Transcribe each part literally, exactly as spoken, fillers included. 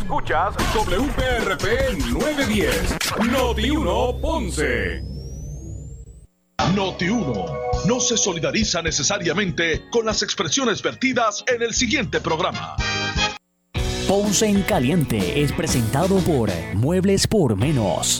Escuchas W P R P novecientos diez, Noti uno Ponce. Noti uno no se solidariza necesariamente con las expresiones vertidas en el siguiente programa. Ponce en Caliente es presentado por Muebles por Menos.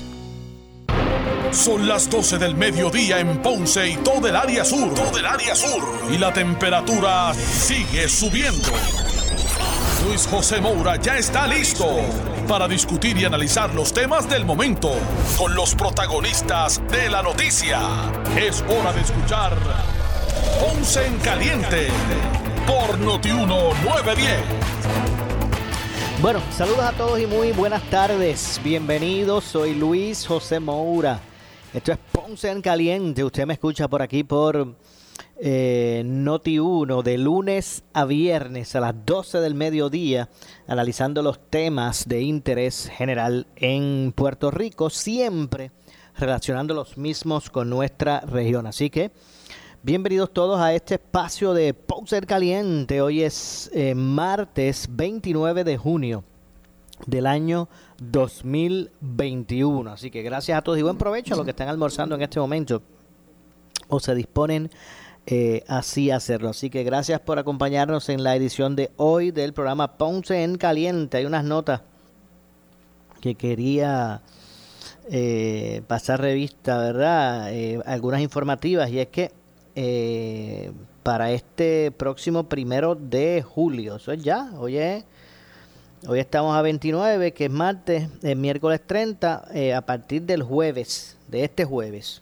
Son las doce del mediodía en Ponce y todo el área sur. Todo el área sur. Y la temperatura sigue subiendo. Luis José Moura ya está listo para discutir y analizar los temas del momento con los protagonistas de la noticia. Es hora de escuchar Ponce en Caliente por Noti uno nueve diez. Bueno, saludos a todos y muy buenas tardes. Bienvenidos, soy Luis José Moura. Esto es Ponce en Caliente. Usted me escucha por aquí por eh, Noti uno de lunes a viernes a las doce del mediodía, analizando los temas de interés general en Puerto Rico, siempre relacionando los mismos con nuestra región. Así que bienvenidos todos a este espacio de Ponce en Caliente. Hoy es eh, martes veintinueve de junio del año dos mil veintiuno. Así que gracias a todos y buen provecho a los que están almorzando en este momento o se disponen eh, así a hacerlo. Así que gracias por acompañarnos en la edición de hoy del programa Ponce en Caliente. Hay unas notas que quería eh, pasar revista, ¿verdad? Eh, algunas informativas, y es que eh, para este próximo primero de julio, eso es ya, hoy es Hoy estamos a veintinueve, que es martes, el miércoles treinta, eh, a partir del jueves, de este jueves.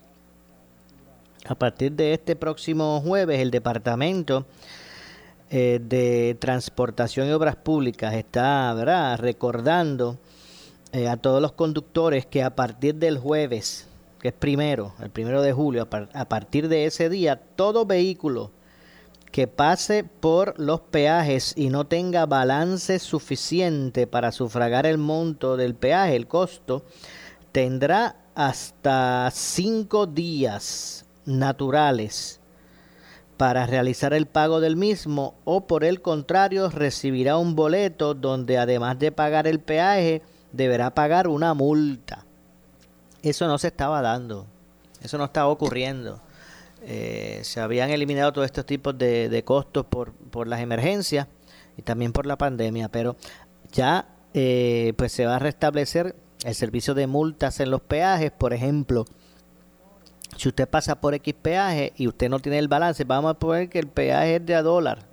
A partir de este próximo jueves, el Departamento eh, de Transportación y Obras Públicas está, ¿verdad?, recordando eh, a todos los conductores que a partir del jueves, que es primero, el primero de julio, a, par- a partir de ese día, todo vehículo que pase por los peajes y no tenga balance suficiente para sufragar el monto del peaje, el costo, tendrá hasta cinco días naturales para realizar el pago del mismo, o por el contrario recibirá un boleto donde además de pagar el peaje deberá pagar una multa. Eso no se estaba dando, eso no estaba ocurriendo. Eh, se habían eliminado todos estos tipos de, de costos por, por las emergencias y también por la pandemia, pero ya eh, pues se va a restablecer el servicio de multas en los peajes. Por ejemplo, si usted pasa por X peaje y usted no tiene el balance, vamos a poner que el peaje es de a dólar,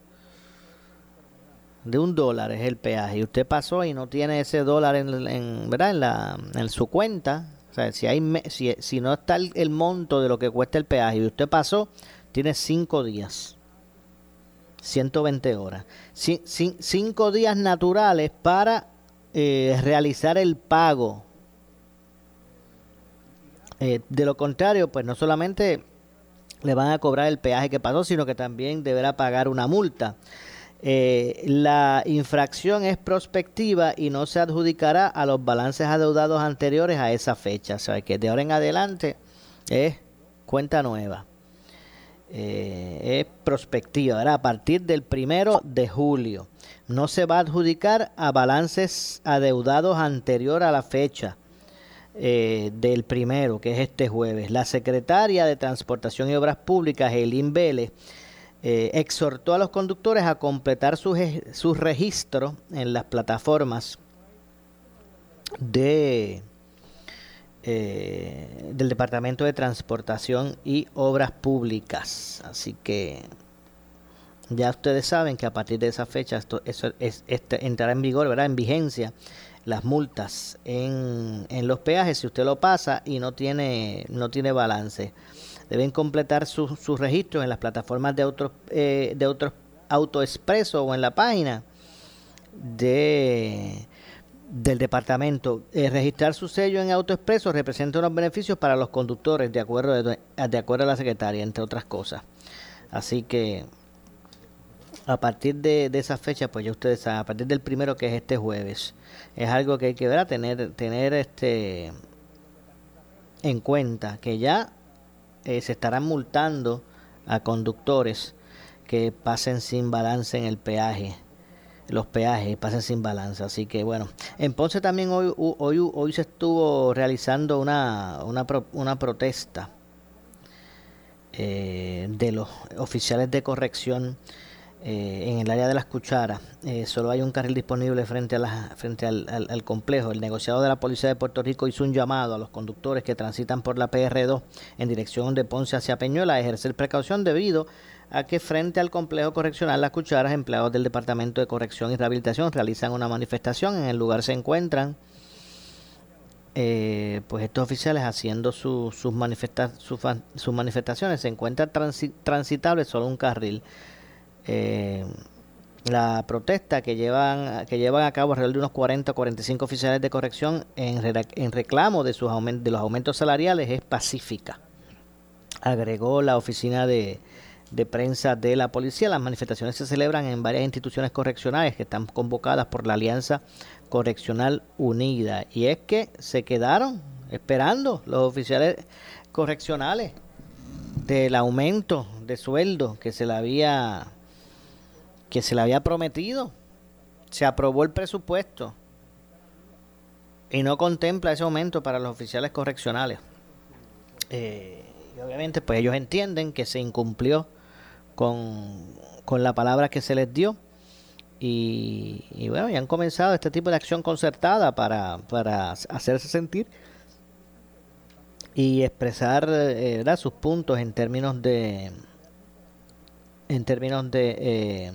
de un dólar es el peaje, y usted pasó y no tiene ese dólar en, en, ¿verdad?, en, la, en su cuenta. O sea, si, hay, si, si no está el, el monto de lo que cuesta el peaje y usted pasó, tiene cinco días, ciento veinte horas. C- c- cinco días naturales para eh, realizar el pago. Eh, de lo contrario, pues no solamente le van a cobrar el peaje que pasó, sino que también deberá pagar una multa. Eh, la infracción es prospectiva y no se adjudicará a los balances adeudados anteriores a esa fecha. O sea, que de ahora en adelante es cuenta nueva. Eh, es prospectiva, ¿verdad? A partir del primero de julio. No se va a adjudicar a balances adeudados anterior a la fecha eh, del primero, que es este jueves. La secretaria de Transportación y Obras Públicas, Helín Vélez, Eh, exhortó a los conductores a completar sus su registro en las plataformas de eh, del Departamento de Transportación y Obras Públicas. Así que ya ustedes saben que a partir de esa fecha esto, eso es, este, entrará en vigor, ¿verdad?, en vigencia las multas en, en los peajes si usted lo pasa y no tiene no tiene balance. Deben completar sus su registros en las plataformas de otros eh, de otros AutoExpreso o en la página de del departamento. Eh, registrar su sello en AutoExpreso representa unos beneficios para los conductores, de acuerdo de, de acuerdo a la secretaria, entre otras cosas. Así que a partir de, de esa fecha, pues ya ustedes saben, a partir del primero, que es este jueves, es algo que hay que ver, a tener tener este en cuenta, que ya Eh, se estarán multando a conductores que pasen sin balance en el peaje. los peajes pasen sin balanza. Así que bueno, en Ponce también hoy hoy hoy se estuvo realizando una una, pro, una protesta eh, de los oficiales de corrección eh, en el área de Las Cucharas. Eh, solo hay un carril disponible frente a la, frente al, al, al complejo. El negociado de la Policía de Puerto Rico hizo un llamado a los conductores que transitan por la P R dos en dirección de Ponce hacia Peñuela a ejercer precaución debido a que frente al complejo correccional Las Cucharas, empleados del Departamento de Corrección y Rehabilitación realizan una manifestación. En el lugar se encuentran eh, pues estos oficiales haciendo su, sus, manifesta su, sus manifestaciones. Se encuentra transi transitable solo un carril. Eh, la protesta que llevan que llevan a cabo alrededor de unos cuarenta o cuarenta y cinco oficiales de corrección en, re en reclamo de, sus aument de los aumentos salariales es pacífica, agregó la oficina de de prensa de la policía. Las manifestaciones se celebran en varias instituciones correccionales que están convocadas por la Alianza Correccional Unida, y es que se quedaron esperando los oficiales correccionales del aumento de sueldo que se le había que se le había prometido. Se aprobó el presupuesto y no contempla ese aumento para los oficiales correccionales. Eh, y obviamente pues ellos entienden que se incumplió Con, con la palabra que se les dio y, y bueno, ya han comenzado este tipo de acción concertada para, para hacerse sentir y expresar eh, sus puntos en términos de en términos de eh,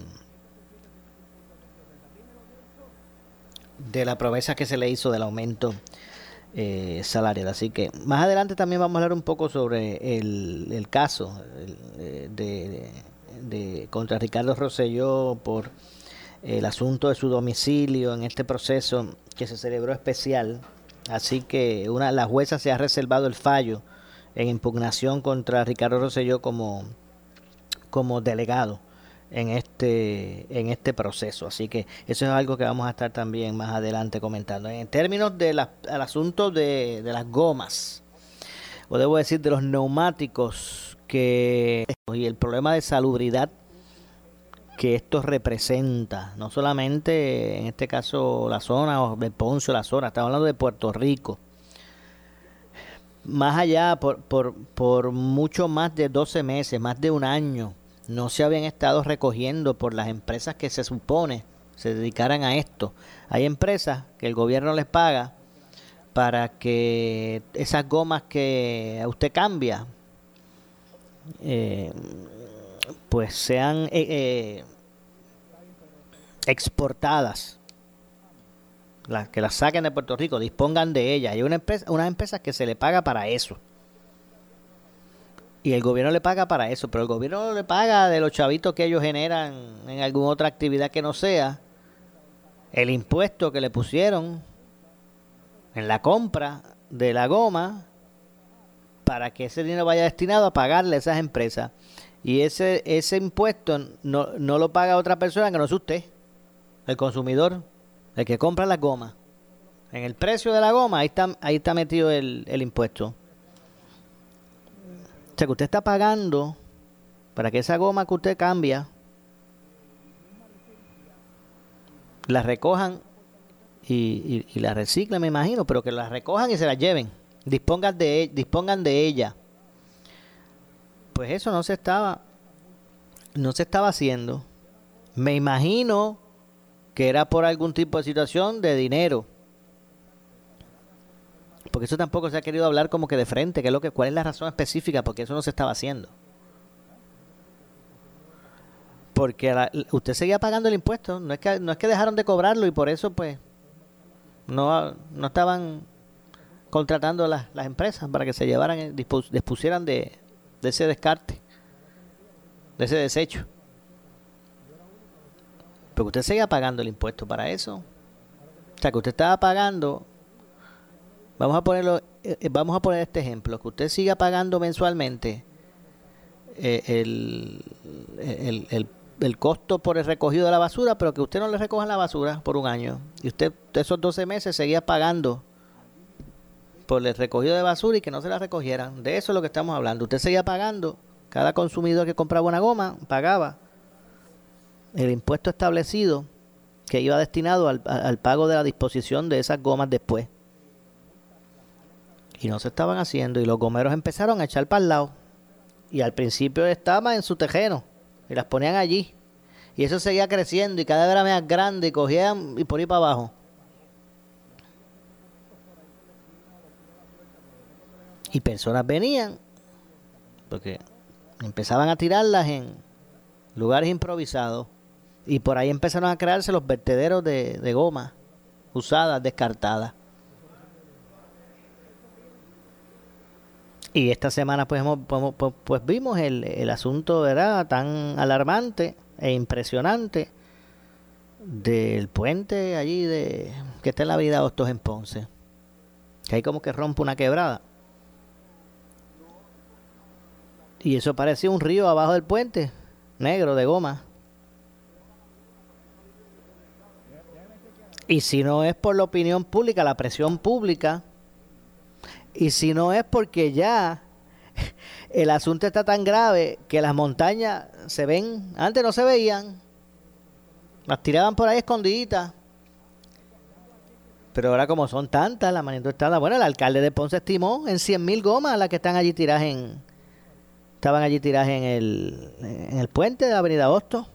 de la promesa que se le hizo del aumento Eh, salarial. Así que más adelante también vamos a hablar un poco sobre el, el caso el, de, de, de contra Ricardo Rosselló por el asunto de su domicilio en este proceso que se celebró especial. Así que una la jueza se ha reservado el fallo en impugnación contra Ricardo Rosselló como como delegado en este en este proceso. Así que eso es algo que vamos a estar también más adelante comentando. En términos del asunto de, de las gomas, o debo decir de los neumáticos, que y el problema de salubridad que esto representa, no solamente en este caso la zona o de Ponce o la zona, estamos hablando de Puerto Rico. Más allá, por, por, por mucho más de doce meses, más de un año, no se habían estado recogiendo por las empresas que se supone se dedicaran a esto. Hay empresas que el gobierno les paga para que esas gomas que usted cambia eh, pues sean eh, eh, exportadas, las que las saquen de Puerto Rico, dispongan de ellas. Hay una empresa, unas empresas que se le paga para eso. Y el gobierno le paga para eso, pero el gobierno le paga de los chavitos que ellos generan en alguna otra actividad que no sea el impuesto que le pusieron en la compra de la goma para que ese dinero vaya destinado a pagarle a esas empresas. Y ese ese impuesto no, no lo paga otra persona que no es usted, el consumidor, el que compra las gomas. En el precio de la goma, ahí está, ahí está metido el, el impuesto. O sea que usted está pagando para que esa goma que usted cambia la recojan y, y, y la reciclen, me imagino, pero que la recojan y se la lleven, dispongan de, dispongan de ella. Pues eso no se estaba no se estaba haciendo. Me imagino que era por algún tipo de situación de dinero, porque eso tampoco se ha querido hablar como que de frente, que es lo que, cuál es la razón específica porque eso no se estaba haciendo. Porque la, usted seguía pagando el impuesto, no es que no es que dejaron de cobrarlo y por eso pues no, no estaban contratando las, las empresas para que se llevaran, dispus, dispusieran de, de ese descarte, de ese desecho. Pero usted seguía pagando el impuesto para eso. O sea que usted estaba pagando. Vamos a ponerlo, eh, vamos a poner este ejemplo, que usted siga pagando mensualmente eh, el, el, el, el costo por el recogido de la basura, pero que usted no le recoja la basura por un año. Y usted esos doce meses seguía pagando por el recogido de basura y que no se la recogieran. De eso es lo que estamos hablando. Usted seguía pagando, cada consumidor que compraba una goma pagaba el impuesto establecido que iba destinado al, al pago de la disposición de esas gomas después. Y no se estaban haciendo, y los gomeros empezaron a echar para el lado. Y al principio estaban en su tejeno, y las ponían allí. Y eso seguía creciendo, y cada vez era más grande, y cogían y por ahí para abajo. Y personas venían, porque empezaban a tirarlas en lugares improvisados. Y por ahí empezaron a crearse los vertederos de, de goma usadas, descartadas. Y esta semana pues, hemos, pues, pues vimos el, el asunto, ¿verdad?, tan alarmante e impresionante del puente allí de que está en la avenida Hostos en Ponce. Que ahí como que rompe una quebrada. Y eso parecía un río abajo del puente, negro de goma. Y si no es por la opinión pública, la presión pública, y si no es porque ya el asunto está tan grave que las montañas se ven, antes no se veían, las tiraban por ahí escondiditas, pero ahora como son tantas, la magnitud está, bueno, el alcalde de Ponce estimó en cien mil gomas las que están allí tiradas en, estaban allí tiradas en el, en el puente de la avenida Hostos.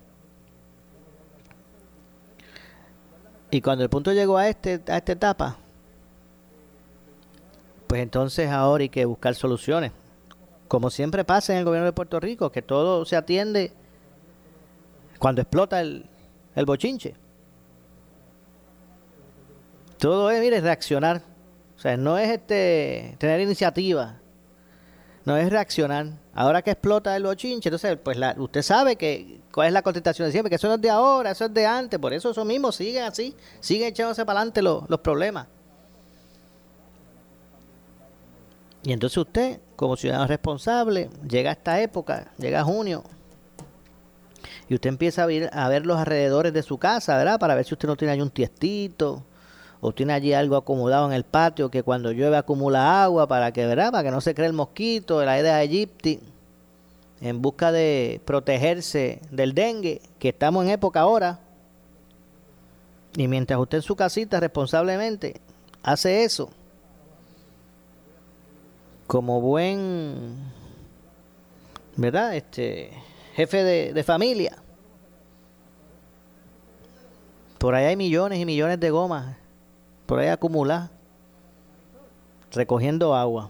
Y cuando el punto llegó a este a esta etapa, pues entonces ahora hay que buscar soluciones. Como siempre pasa en el gobierno de Puerto Rico, que todo se atiende cuando explota el, el bochinche. Todo es, mire, reaccionar. O sea, no es este tener iniciativa, no es reaccionar. Ahora que explota el bochinche, entonces, pues la, usted sabe que cuál es la contestación de siempre, que eso no es de ahora, eso es de antes. Por eso eso mismo siguen así, siguen echándose para adelante los, los problemas. Y entonces usted, como ciudadano responsable, llega a esta época, llega a junio, y usted empieza a ver, a ver los alrededores de su casa, ¿verdad? Para ver si usted no tiene allí un tiestito, o tiene allí algo acumulado en el patio que cuando llueve acumula agua para que, ¿verdad?, para que no se cree el mosquito, el Aedes aegypti, en busca de protegerse del dengue, que estamos en época ahora. Y mientras usted en su casita responsablemente hace eso, como buen, ¿verdad?, este jefe de, de familia, por ahí hay millones y millones de gomas por ahí acumuladas, recogiendo agua.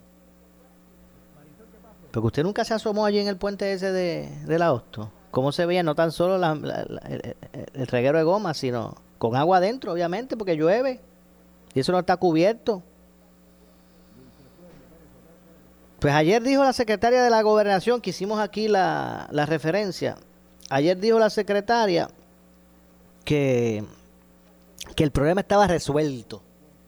Porque usted nunca se asomó allí en el puente ese de, de la Hostos. Cómo se veía no tan solo la, la, la, el, el reguero de goma, sino con agua adentro, obviamente, porque llueve. Y eso no está cubierto. Pues ayer dijo la secretaria de la Gobernación, que hicimos aquí la, la referencia. Ayer dijo la secretaria que, que el problema estaba resuelto.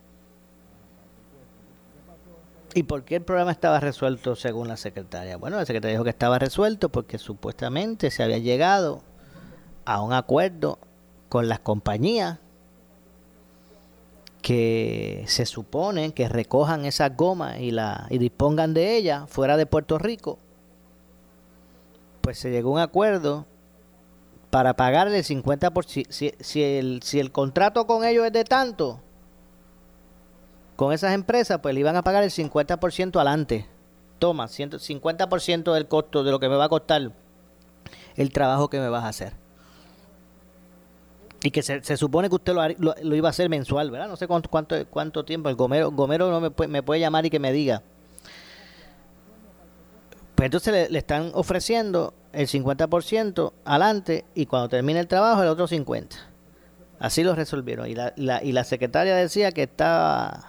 ¿Y por qué el problema estaba resuelto según la secretaria? Bueno, la secretaria dijo que estaba resuelto porque supuestamente se había llegado a un acuerdo con las compañías que se supone que recojan esas gomas y, la, y dispongan de ellas fuera de Puerto Rico. Pues se llegó a un acuerdo para pagarle el cincuenta por ciento. Si, si, si, el, si el contrato con ellos es de tanto, con esas empresas, pues le iban a pagar el cincuenta por ciento adelante. Toma, cincuenta por ciento del costo de lo que me va a costar el trabajo que me vas a hacer. Y que se, se supone que usted lo, lo, lo iba a hacer mensual, ¿verdad? No sé cuánto cuánto, cuánto tiempo. El gomero, gomero no me puede, me puede llamar y que me diga. Pues entonces le, le están ofreciendo el cincuenta por ciento adelante y cuando termine el trabajo el otro cincuenta por ciento. Así lo resolvieron. Y la, la, y la secretaria decía que estaba...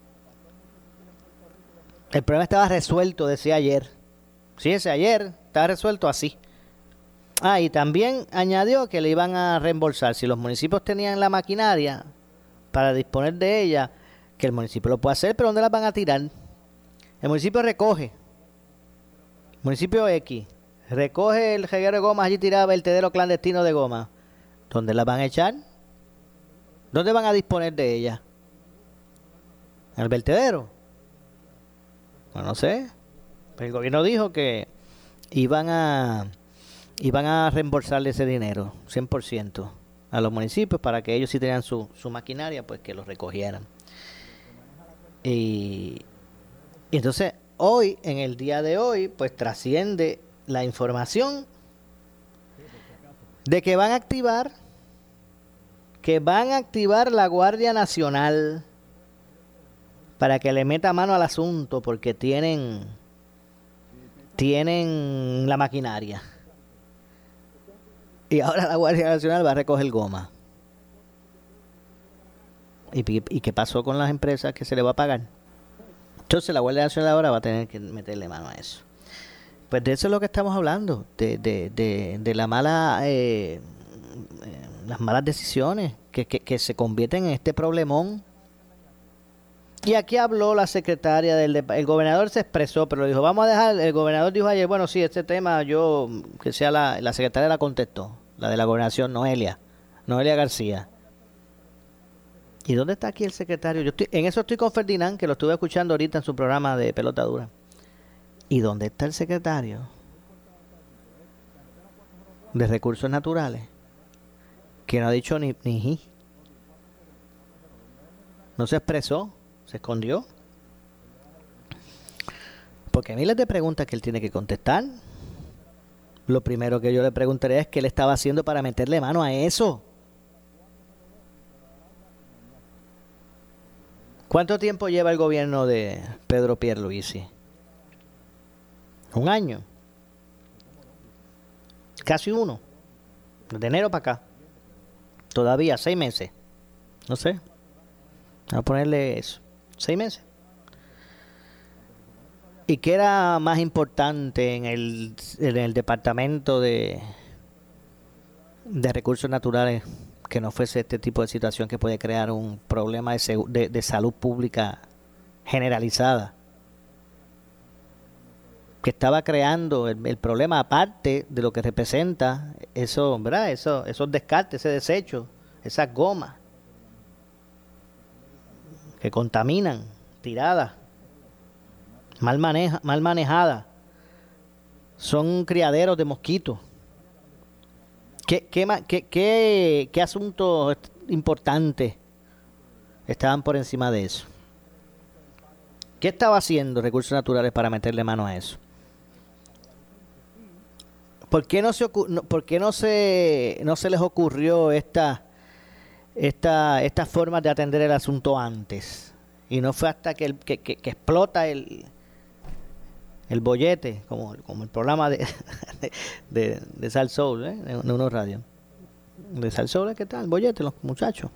El problema estaba resuelto, decía ayer. Sí, ese ayer estaba resuelto así. Ah, y también añadió que le iban a reembolsar. Si los municipios tenían la maquinaria para disponer de ella, que el municipio lo puede hacer, pero ¿dónde las van a tirar? El municipio recoge. Municipio X. Recoge el reguero de gomas allí tirado, vertedero clandestino de goma. ¿Dónde las van a echar? ¿Dónde van a disponer de ella? ¿En el vertedero? Bueno, no sé. Pero el gobierno dijo que iban a iban a reembolsarle ese dinero, cien por ciento. a los municipios para que ellos, si tenían su, su maquinaria, pues que los recogieran. Y, y entonces hoy, en el día de hoy, pues trasciende la información de que van a activar, que van a activar la Guardia Nacional para que le meta mano al asunto, porque tienen, tienen la maquinaria. Y ahora la Guardia Nacional va a recoger goma. ¿Y, ¿Y qué pasó con las empresas que se le va a pagar? Entonces la Guardia Nacional ahora va a tener que meterle mano a eso. Pues de eso es lo que estamos hablando, de, de, de, de la mala, eh, eh, las malas decisiones que, que, que se convierten en este problemón. Y aquí habló la secretaria del el gobernador se expresó, pero dijo, vamos a dejar, el gobernador dijo ayer, bueno, sí, este tema yo, que sea la, la secretaria la contestó, la de la gobernación, Noelia, Noelia García. ¿Y dónde está aquí el secretario? Yo estoy, en eso estoy con Ferdinand, que lo estuve escuchando ahorita en su programa de Pelota Dura. ¿Y dónde está el secretario de Recursos Naturales? Que no ha dicho ni ni ji. No se expresó. Se escondió. Porque hay miles de preguntas que él tiene que contestar. Lo primero que yo le preguntaría es qué le estaba haciendo para meterle mano a eso. ¿Cuánto tiempo lleva el gobierno de Pedro Pierluisi? Un año. Casi uno. De enero para acá. Todavía seis meses. No sé. Vamos a ponerle eso. Seis meses. ¿Y qué era más importante en el, en el departamento de, de recursos naturales que no fuese este tipo de situación que puede crear un problema de, segu- de, de salud pública generalizada? Que estaba creando el, el problema aparte de lo que representa eso, ¿verdad? Eso, esos descartes, ese desecho, esas gomas que contaminan, tiradas, mal maneja, mal manejadas, son criaderos de mosquitos. ¿Qué, qué, qué, qué, qué asuntos importantes estaban por encima de eso? ¿Qué estaba haciendo Recursos Naturales para meterle mano a eso? ¿Por qué no se ocu- no, por qué no se no se les ocurrió esta esta estas formas de atender el asunto antes? Y no fue hasta que el, que, que, que explota el el bollete, como, como el programa de de, de, de Sal Soul, ¿eh? de, de unos radios. De Sal Soul, ¿qué tal? El bollete, los muchachos.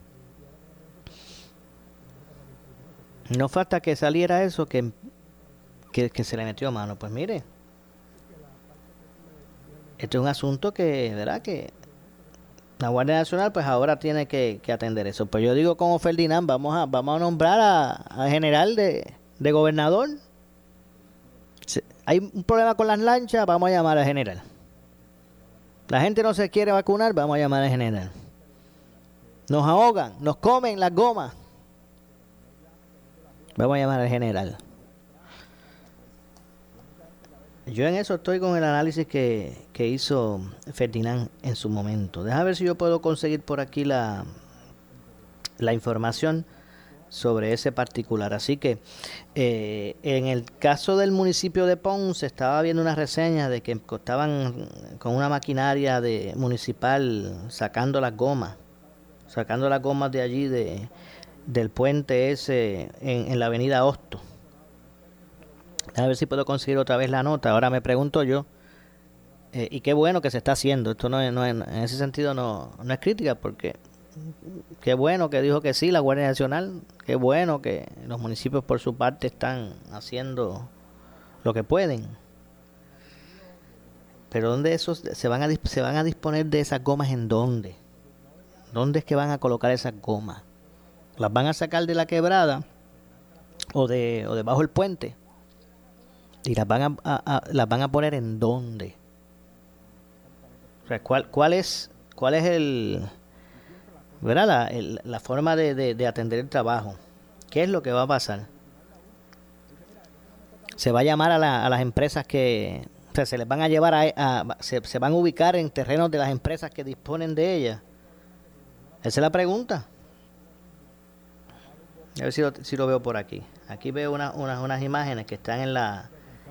No fue hasta que saliera eso que, que, que se le metió mano. Pues mire, esto es un asunto que, ¿verdad? Que la Guardia Nacional pues ahora tiene que, que atender eso. Pues yo digo como Ferdinand, vamos a vamos a nombrar a, a general de, de gobernador. Si hay un problema con las lanchas, vamos a llamar al general. La gente no se quiere vacunar, vamos a llamar al general. Nos ahogan, nos comen las gomas. Vamos a llamar al general. Yo en eso estoy con el análisis que, que hizo Ferdinand en su momento. Déjame ver si yo puedo conseguir por aquí la, la información sobre ese particular. Así que eh, en el caso del municipio de Ponce estaba viendo una reseña de que estaban con una maquinaria de municipal sacando las gomas, sacando las gomas de allí de del puente ese en, en la avenida Hosto. A ver si puedo conseguir otra vez la nota. Ahora me pregunto yo, eh, y qué bueno que se está haciendo. Esto no es, no es, en ese sentido no, no es crítica, porque qué bueno que dijo que sí la Guardia Nacional, qué bueno que los municipios por su parte están haciendo lo que pueden. Pero ¿dónde esos se van a se van a disponer de esas gomas? ¿En dónde? ¿Dónde es que van a colocar esas gomas? ¿Las van a sacar de la quebrada o de o debajo del puente? ¿Y las van a, a, a las van a poner en dónde? O sea, ¿cuál cuál es cuál es el ¿verdad? La, el, la forma de, de, de atender el trabajo? ¿Qué es lo que va a pasar? Se va a llamar a, la, a las empresas que, o sea, se les van a llevar a, a se, se van a ubicar en terrenos de las empresas que disponen de ellas. Esa es la pregunta. A ver si lo, si lo veo por aquí. Aquí veo una, una, unas imágenes que están en la,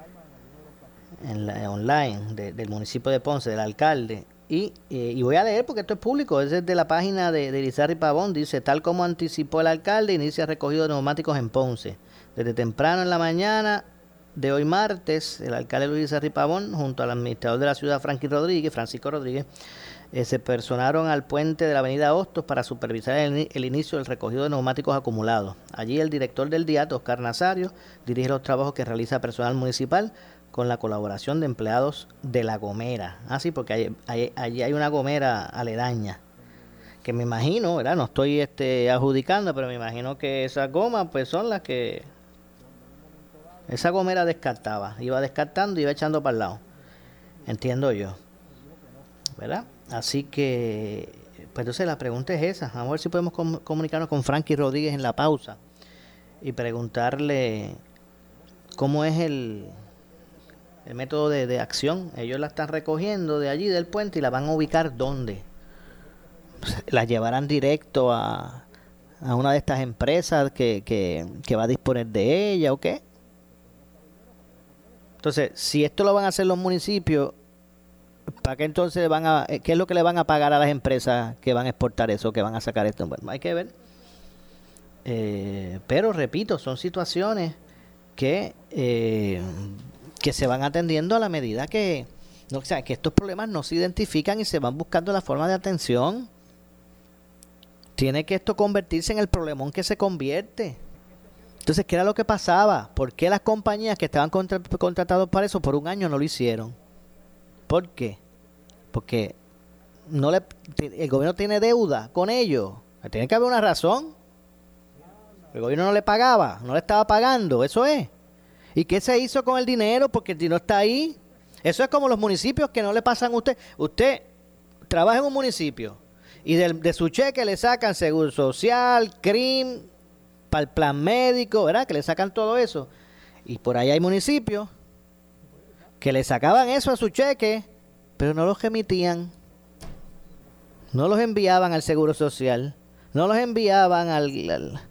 en la online de, del municipio de Ponce, del alcalde. Y, eh, y voy a leer porque esto es público. Es desde la página de, de Irizarry Pavón. Dice, tal como anticipó el alcalde, inicia recogido de neumáticos en Ponce. Desde temprano en la mañana de hoy martes, el alcalde Luis Irizarry Pavón, junto al administrador de la ciudad, Frankie Rodríguez, Francisco Rodríguez, Eh, se personaron al puente de la avenida Hostos para supervisar el, el inicio del recogido de neumáticos acumulados. Allí el director del D I A T, Oscar Nazario, dirige los trabajos que realiza personal municipal con la colaboración de empleados de La Gomera. Ah, sí, porque allí hay, hay, hay una gomera aledaña, que me imagino, ¿verdad? No estoy este, adjudicando, pero me imagino que esas gomas pues son las que esa gomera descartaba. Iba descartando y iba echando para el lado. Entiendo yo, ¿verdad? Así que, pues entonces la pregunta es esa. Vamos a ver si podemos com- comunicarnos con Frankie Rodríguez en la pausa y preguntarle cómo es el, el método de, de acción. Ellos la están recogiendo de allí del puente y la van a ubicar ¿dónde? ¿La llevarán directo a, a una de estas empresas que, que, que va a disponer de ella o qué? Entonces, si esto lo van a hacer los municipios, ¿para qué entonces van a, qué es lo que le van a pagar a las empresas que van a exportar eso, que van a sacar esto? Bueno, hay que ver. Eh, pero repito, son situaciones que eh, que se van atendiendo a la medida que, no, o sea, que estos problemas no se identifican y se van buscando la forma de atención. Tiene que esto convertirse en el problemón que se convierte. Entonces, ¿qué era lo que pasaba? ¿Por qué las compañías que estaban contra, contratados para eso por un año no lo hicieron? ¿Por qué? Porque no le, el gobierno tiene deuda con ellos. Tiene que haber una razón. El gobierno no le pagaba, no le estaba pagando, eso es. ¿Y qué se hizo con el dinero? Porque el dinero está ahí. Eso es como los municipios que no le pasan a usted. Usted trabaja en un municipio y de, de su cheque le sacan seguro social, C R I M, para el plan médico, ¿verdad? Que le sacan todo eso. Y por ahí hay municipios que le sacaban eso a su cheque, pero no los remitían, no los enviaban al Seguro Social, no los enviaban al, al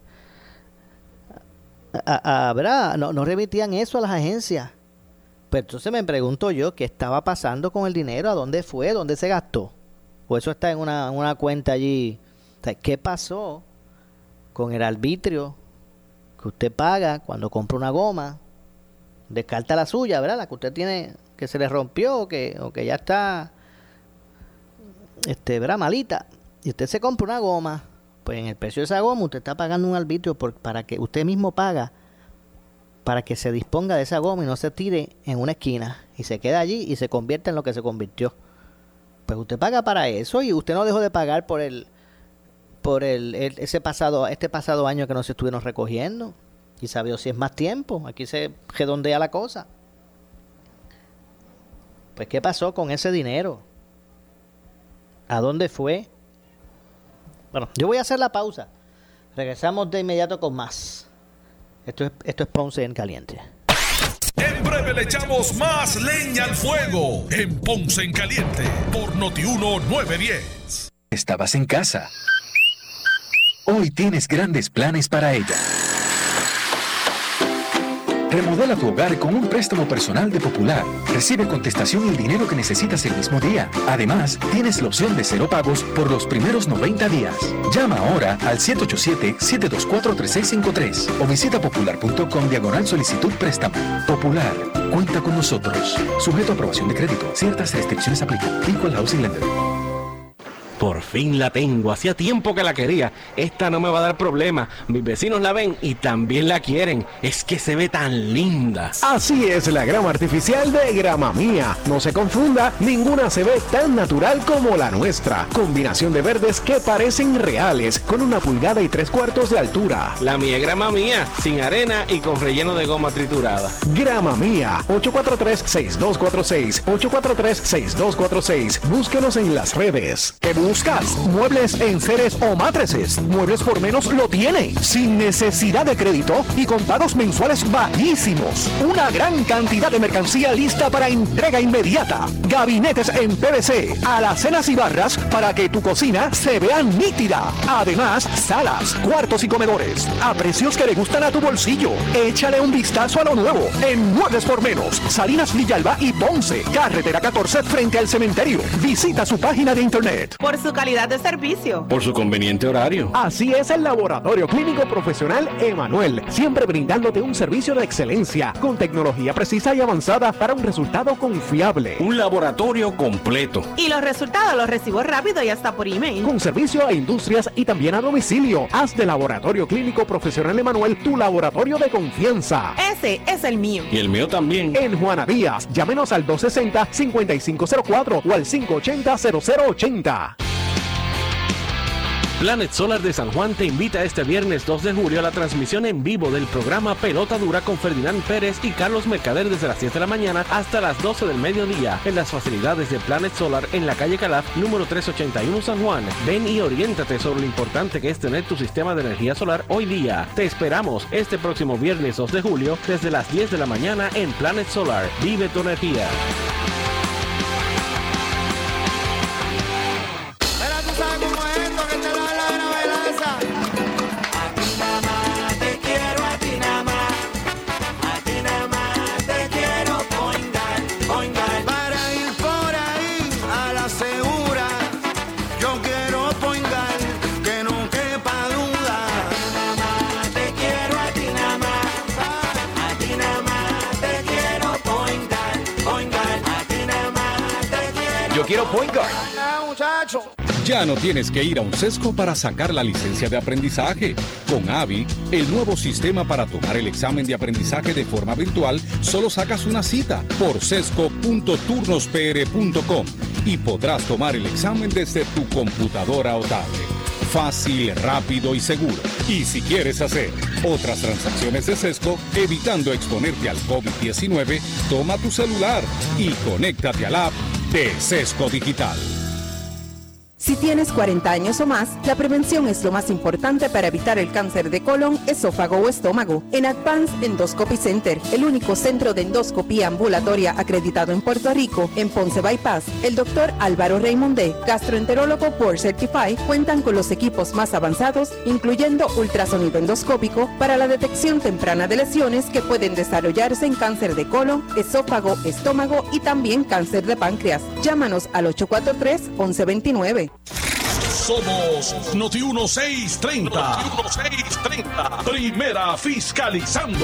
a, a, ¿verdad? No, no remitían eso a las agencias. Pero entonces me pregunto yo, ¿qué estaba pasando con el dinero? ¿A dónde fue? ¿Dónde se gastó? ¿O eso está en una, una cuenta allí? O sea, ¿qué pasó con el arbitrio que usted paga cuando compra una goma? Descarta la suya, ¿verdad? La que usted tiene, que se le rompió o que, o que ya está, este, ¿verdad? Malita. Y usted se compra una goma, pues en el precio de esa goma usted está pagando un arbitrio por, para que usted mismo paga, para que se disponga de esa goma y no se tire en una esquina y se queda allí y se convierta en lo que se convirtió. Pues usted paga para eso y usted no dejó de pagar por el, por el, el ese pasado, este pasado año que no se estuvieron recogiendo. Y sabe si es más tiempo. Aquí se redondea la cosa. Pues, ¿qué pasó con ese dinero? ¿A dónde fue? Bueno, yo voy a hacer la pausa. Regresamos de inmediato con más. Esto es, esto es Ponce en Caliente. En breve le echamos más leña al fuego en Ponce en Caliente por Noti uno nueve diez. Estabas en casa. Hoy tienes grandes planes para ella. Remodela tu hogar con un préstamo personal de Popular. Recibe contestación y el dinero que necesitas el mismo día. Además, tienes la opción de cero pagos por los primeros noventa días. Llama ahora al siete ocho siete, siete dos cuatro, tres seis cinco tres o visita popular punto com diagonal solicitud préstamo. Popular, cuenta con nosotros. Sujeto a aprobación de crédito. Ciertas restricciones aplican. Equal Housing Lender. Por fin la tengo, hacía tiempo que la quería. Esta no me va a dar problema. Mis vecinos la ven y también la quieren. Es que se ve tan linda. Así es la grama artificial de Grama Mía. No se confunda, ninguna se ve tan natural como la nuestra. Combinación de verdes que parecen reales, con una pulgada y tres cuartos de altura. La mía es Grama Mía, sin arena y con relleno de goma triturada. Grama Mía, ocho cuatro tres, seis dos cuatro seis, ocho cuatro tres, seis dos cuatro seis. Búsquenos en las redes. ¡Qué buscas? Muebles, enseres o matrices. Muebles por Menos lo tiene. Sin necesidad de crédito y con pagos mensuales bajísimos. Una gran cantidad de mercancía lista para entrega inmediata. Gabinetes en P V C, alacenas y barras para que tu cocina se vea nítida. Además, salas, cuartos y comedores a precios que le gustan a tu bolsillo. Échale un vistazo a lo nuevo en Muebles por Menos, Salinas, Villalba y Ponce, carretera catorce frente al cementerio. Visita su página de internet. Por su calidad de servicio. Por su conveniente horario. Así es el Laboratorio Clínico Profesional Emanuel, siempre brindándote un servicio de excelencia con tecnología precisa y avanzada para un resultado confiable. Un laboratorio completo. Y los resultados los recibo rápido y hasta por email. Con servicio a industrias y también a domicilio. Haz de Laboratorio Clínico Profesional Emanuel tu laboratorio de confianza. Ese es el mío. Y el mío también. En Juana Díaz, llámenos al dos sesenta, cincuenta y cinco cero cuatro o al cinco ochenta, cero cero ochenta. Planet Solar de San Juan te invita este viernes dos de julio a la transmisión en vivo del programa Pelota Dura con Ferdinand Pérez y Carlos Mercader desde las siete de la mañana hasta las doce del mediodía en las facilidades de Planet Solar en la calle Calaf, número trescientos ochenta y uno San Juan. Ven y oriéntate sobre lo importante que es tener tu sistema de energía solar hoy día. Te esperamos este próximo viernes dos de julio desde las diez de la mañana en Planet Solar. Vive tu energía. Quiero Point Guard. Ya no tienes que ir a un sesco para sacar la licencia de aprendizaje. Con Avi, el nuevo sistema para tomar el examen de aprendizaje de forma virtual, solo sacas una cita por sesco punto turnos p r punto com y podrás tomar el examen desde tu computadora o tablet. Fácil, rápido y seguro. Y si quieres hacer otras transacciones de Sesco, evitando exponerte al COVID diecinueve, toma tu celular y conéctate al app de Sesco Digital. Si tienes cuarenta años o más, la prevención es lo más importante para evitar el cáncer de colon, esófago o estómago. En Advanced Endoscopy Center, el único centro de endoscopía ambulatoria acreditado en Puerto Rico, en Ponce Bypass, el doctor Álvaro Raymondé, gastroenterólogo Board Certified, cuentan con los equipos más avanzados, incluyendo ultrasonido endoscópico para la detección temprana de lesiones que pueden desarrollarse en cáncer de colon, esófago, estómago y también cáncer de páncreas. Llámanos al ocho cuatro tres, once veintinueve. Somos Noti uno seiscientos treinta. Noti uno seiscientos treinta. Primera fiscalizando.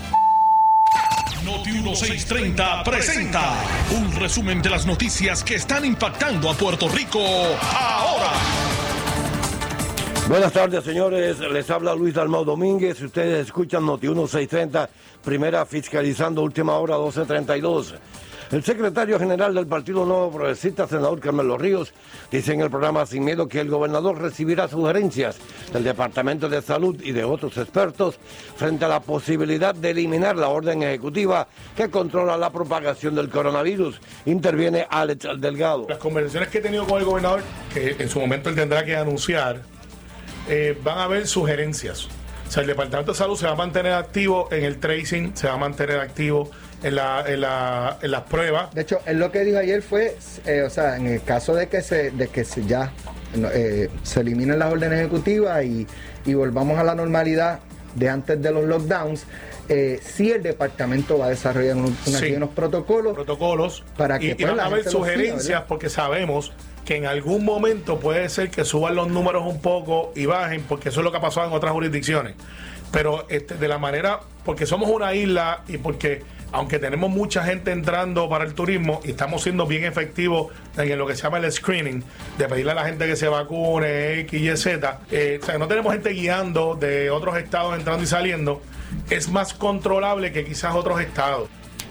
Noti uno seiscientos treinta presenta un resumen de las noticias que están impactando a Puerto Rico ahora. Buenas tardes, señores. Les habla Luis Dalmau Domínguez. Ustedes escuchan Noti uno seiscientos treinta, primera fiscalizando, última hora doce treinta y dos. El secretario general del Partido Nuevo Progresista, senador Carmelo Ríos, dice en el programa Sin Miedo que el gobernador recibirá sugerencias del Departamento de Salud y de otros expertos frente a la posibilidad de eliminar la orden ejecutiva que controla la propagación del coronavirus. Interviene Alex Delgado. Las conversaciones que he tenido con el gobernador, que en su momento él tendrá que anunciar, eh, van a haber sugerencias. O sea, el Departamento de Salud se va a mantener activo en el tracing, se va a mantener activo en, la, en, la, en las pruebas. De hecho, él lo que dijo ayer fue, eh, o sea, en el caso de que se, de que se ya eh, se eliminen las órdenes ejecutivas y, y volvamos a la normalidad de antes de los lockdowns, eh, sí el departamento va a desarrollar un, una, sí, unos protocolos, protocolos para que y, pues, y van a haber sugerencias siga, porque sabemos que en algún momento puede ser que suban los números un poco y bajen, porque eso es lo que ha pasado en otras jurisdicciones. Pero este, de la manera, porque somos una isla y porque aunque tenemos mucha gente entrando para el turismo y estamos siendo bien efectivos en lo que se llama el screening, de pedirle a la gente que se vacune, X, Y, Z, eh, o sea, no tenemos gente guiando de otros estados entrando y saliendo, es más controlable que quizás otros estados.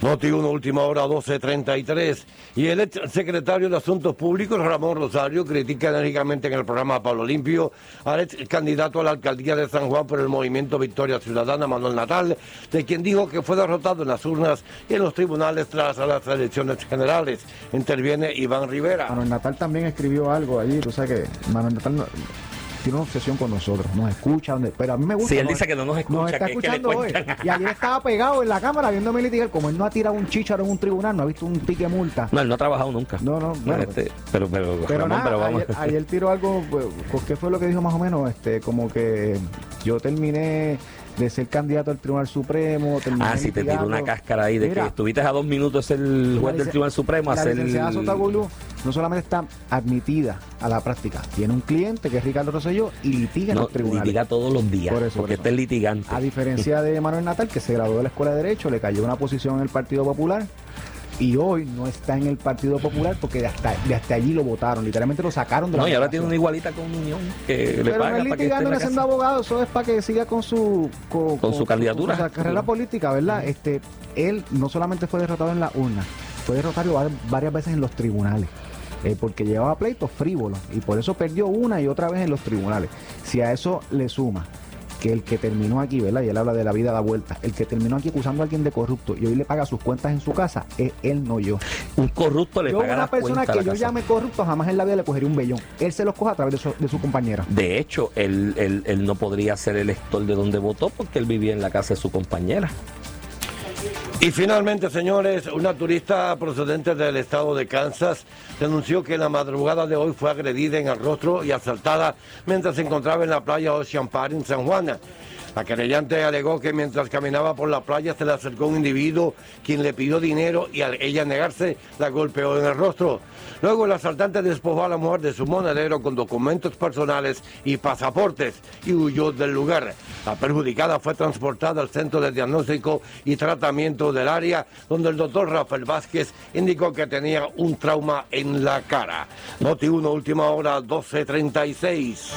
Noti uno, última hora, doce treinta y tres. Y el ex secretario de Asuntos Públicos, Ramón Rosario, critica enérgicamente en el programa Pablo Limpio al ex candidato a la alcaldía de San Juan por el movimiento Victoria Ciudadana, Manuel Natal, de quien dijo que fue derrotado en las urnas y en los tribunales tras las elecciones generales. Interviene Iván Rivera. Manuel Natal también escribió algo allí, tú sabes que Manuel Natal no, tiene una obsesión con nosotros, nos escucha, pero a mí me gusta. Sí, él nos, dice que no nos escucha, nos está que, escuchando que le hoy. cuentan. Y ayer estaba pegado en la cámara viéndome litigar, como él no ha tirado un chícharo en un tribunal, no ha visto un ticket multa. No, él no ha trabajado nunca. No, no, bueno, este, pero, pero, pero Ramón, nada, pero vamos. Ayer, ayer tiró algo, ¿qué fue lo que dijo más o menos? Este, como que yo terminé de ser candidato al Tribunal Supremo. Ah, sí, te tiró una cáscara ahí de Mira, que estuviste a dos minutos de ser el juez del Tribunal Supremo. La hacer licenciada el... Sotagulu no solamente está admitida a la práctica, tiene un cliente que es Ricardo Rosselló y litiga en no, los tribunales. litiga todos los días, por eso, porque por eso. este es litigante. A diferencia de Manuel Natal, que se graduó de la Escuela de Derecho, le cayó una posición en el Partido Popular y hoy no está en el Partido Popular porque de hasta, de hasta allí lo votaron, literalmente lo sacaron de la No, y ahora votación. tiene una igualita con Unión que le Pero paga no es para que esté litigando en ni la haciendo casa. abogado, eso es para que siga con su con, Con su candidatura. con su carrera política, ¿verdad? Este, él no solamente fue derrotado en la urna, fue derrotado var- varias veces en los tribunales. Eh, porque llevaba pleitos frívolos y por eso perdió una y otra vez en los tribunales. Si a eso le suma que el que terminó aquí, ¿verdad? Y él habla de la vida da vuelta. El que terminó aquí acusando a alguien de corrupto y hoy le paga sus cuentas en su casa, es él, no yo. Un corrupto le yo paga una las persona cuentas a que la yo casa. llame corrupto jamás en la vida le cogería un vellón. Él se los coge a través de su, de su compañera. De hecho, él, él, él no podría ser elector de donde votó porque él vivía en la casa de su compañera. Y finalmente, señores, una turista procedente del estado de Kansas denunció que en la madrugada de hoy fue agredida en el rostro y asaltada mientras se encontraba en la playa Ocean Park en San Juan. La querellante alegó que mientras caminaba por la playa se le acercó un individuo quien le pidió dinero y al ella negarse la golpeó en el rostro. Luego el asaltante despojó a la mujer de su monedero con documentos personales y pasaportes y huyó del lugar. La perjudicada fue transportada al Centro de Diagnóstico y Tratamiento del área, donde el doctor Rafael Vázquez indicó que tenía un trauma en la cara. Noti uno, última hora, doce treinta y seis.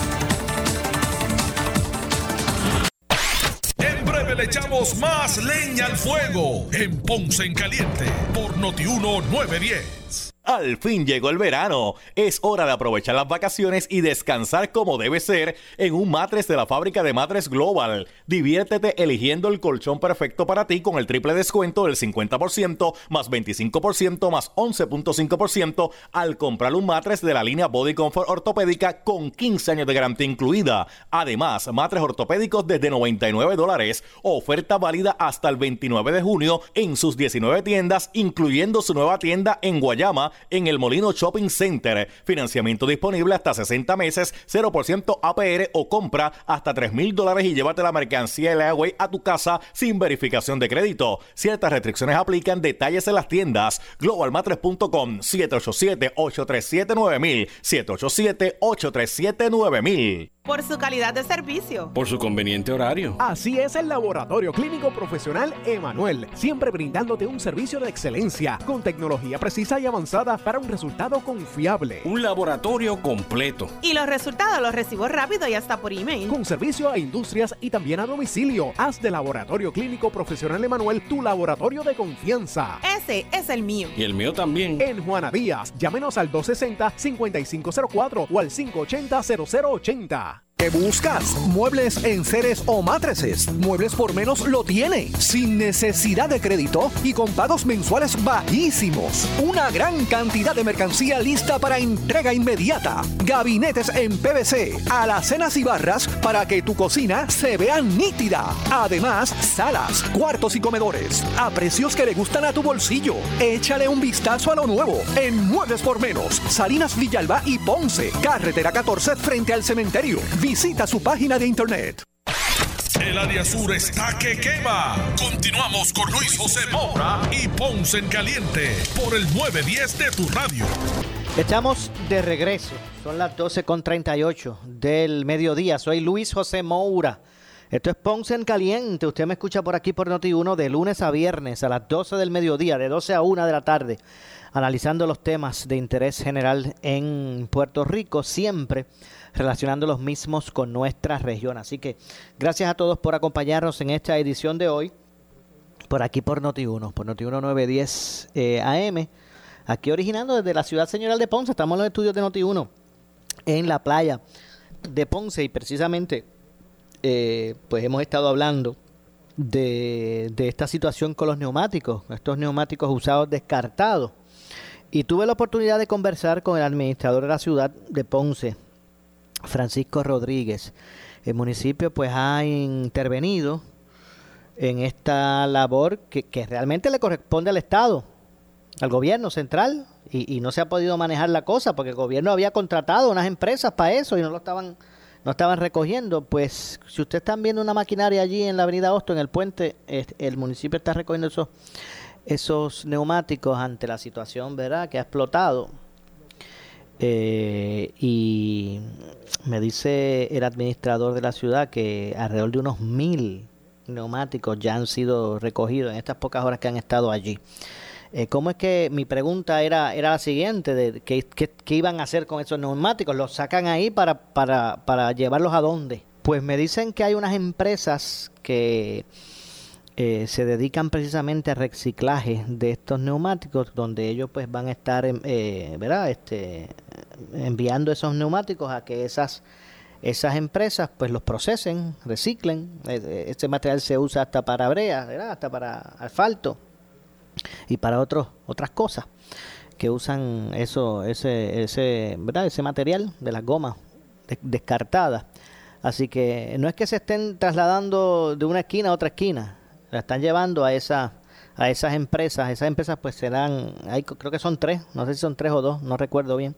En breve le echamos más leña al fuego en Ponce en Caliente por Noti uno nueve diez. Al fin llegó el verano. Es hora de aprovechar las vacaciones y descansar como debe ser en un matres de la fábrica de Matres Global. Diviértete eligiendo el colchón perfecto para ti con el triple descuento del cincuenta por ciento más veinticinco por ciento más once punto cinco por ciento al comprar un matres de la línea Body Comfort ortopédica con quince años de garantía incluida. Además, matres ortopédicos desde noventa y nueve dólares. Oferta válida hasta el veintinueve de junio en sus diecinueve tiendas, incluyendo su nueva tienda en Guayama, en el Molino Shopping Center. Financiamiento disponible hasta sesenta meses, cero por ciento A P R o compra hasta tres mil dólares y llévate la mercancía Leaway a tu casa sin verificación de crédito. Ciertas restricciones aplican. Detalles en las tiendas. global matres punto com, siete ocho siete, ocho tres siete, nueve mil, siete ocho siete, ocho tres siete, nueve mil. Por su calidad de servicio. Por su conveniente horario. Así es el Laboratorio Clínico Profesional Emanuel, siempre brindándote un servicio de excelencia, con tecnología precisa y avanzada para un resultado confiable. Un laboratorio completo. Y los resultados los recibo rápido y hasta por email. Con servicio a industrias y también a domicilio. Haz de Laboratorio Clínico Profesional Emanuel tu laboratorio de confianza. Ese es el mío. Y el mío también. En Juana Díaz, llámenos al dos sesenta, cincuenta y cinco cero cuatro o al cinco ochenta, cero cero ochenta. ¿Qué buscas? ¿Muebles, enseres o matrices? Muebles por Menos lo tiene, sin necesidad de crédito y con pagos mensuales bajísimos. Una gran cantidad de mercancía lista para entrega inmediata. Gabinetes en P V C, alacenas y barras para que tu cocina se vea nítida. Además, salas, cuartos y comedores a precios que le gustan a tu bolsillo. Échale un vistazo a lo nuevo en Muebles por Menos, Salinas Villalba y Ponce, carretera catorce frente al cementerio. Visita su página de internet. El área sur está que quema. Continuamos con Luis José Moura y Ponce en Caliente por el nueve diez de tu radio. Estamos de regreso. Son las doce con treinta y ocho del mediodía. Soy Luis José Moura. Esto es Ponce en Caliente. Usted me escucha por aquí por Noti uno de lunes a viernes a las doce del mediodía, de doce a una de la tarde, analizando los temas de interés general en Puerto Rico, siempre relacionando los mismos con nuestra región. Así que gracias a todos por acompañarnos en esta edición de hoy. por aquí por Noti uno, por Noti uno nueve diez eh, A M, aquí originando desde la ciudad señorial de Ponce. Estamos en los estudios de Noti uno, en la playa de Ponce, y precisamente eh, pues hemos estado hablando de, de esta situación con los neumáticos, estos neumáticos usados descartados. Y tuve la oportunidad de conversar con el administrador de la ciudad de Ponce, Francisco Rodríguez. El municipio pues ha intervenido en esta labor que, que realmente le corresponde al Estado, al gobierno central, y, y no se ha podido manejar la cosa porque el gobierno había contratado unas empresas para eso y no lo estaban no estaban recogiendo. Pues si ustedes están viendo una maquinaria allí en la avenida Agosto, en el puente, eh, el municipio está recogiendo esos, esos neumáticos ante la situación, ¿verdad?, que ha explotado. Eh, y me dice el administrador de la ciudad que alrededor de unos mil neumáticos ya han sido recogidos en estas pocas horas que han estado allí. Eh, ¿Cómo es que mi pregunta era era la siguiente? De ¿qué, qué, qué iban a hacer con esos neumáticos? ¿Los sacan ahí para, para, para llevarlos a dónde? Pues me dicen que hay unas empresas que eh, se dedican precisamente al reciclaje de estos neumáticos, donde ellos pues van a estar eh, ¿verdad? Este, enviando esos neumáticos a que esas esas empresas pues los procesen, reciclen. Este material se usa hasta para brea, ¿verdad?, hasta para asfalto y para otros otras cosas que usan eso ese ese ¿verdad?, ese material de las gomas de, descartadas. Así que no es que se estén trasladando de una esquina a otra esquina, la están llevando a esa a esas empresas. Esas empresas pues serán, hay, creo que son tres, no sé si son tres o dos, no recuerdo bien.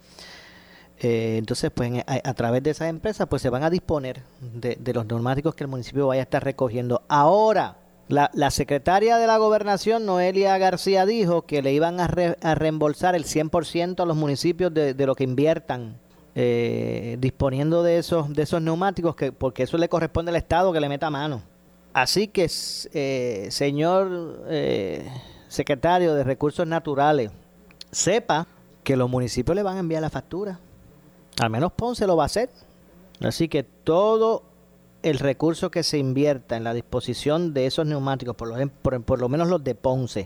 Eh, entonces, pues a, a través de esas empresas pues se van a disponer de, de los neumáticos que el municipio vaya a estar recogiendo. Ahora, la, la secretaria de la Gobernación, Noelia García, dijo que le iban a, re, a reembolsar el cien por ciento a los municipios de, de lo que inviertan eh, disponiendo de esos de esos neumáticos, que porque eso le corresponde al Estado que le meta mano. Así que, eh, señor eh, secretario de Recursos Naturales, sepa que los municipios le van a enviar la factura. Al menos Ponce lo va a hacer. Así que todo el recurso que se invierta en la disposición de esos neumáticos, por lo, por, por lo menos los de Ponce,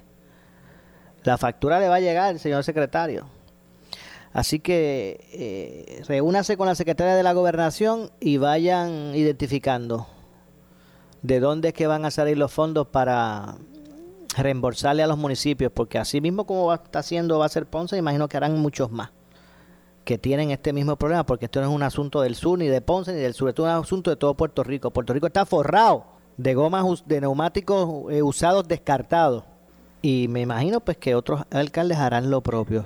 la factura le va a llegar, señor secretario. Así que eh, reúnase con la secretaria de la Gobernación y vayan identificando de dónde es que van a salir los fondos para reembolsarle a los municipios, porque así mismo como va, está haciendo va a ser Ponce, imagino que harán muchos más que tienen este mismo problema, porque esto no es un asunto del sur, ni de Ponce, ni del sur, esto es un asunto de todo Puerto Rico. Puerto Rico está forrado de gomas, de neumáticos eh, usados descartados, y me imagino pues que otros alcaldes harán lo propio.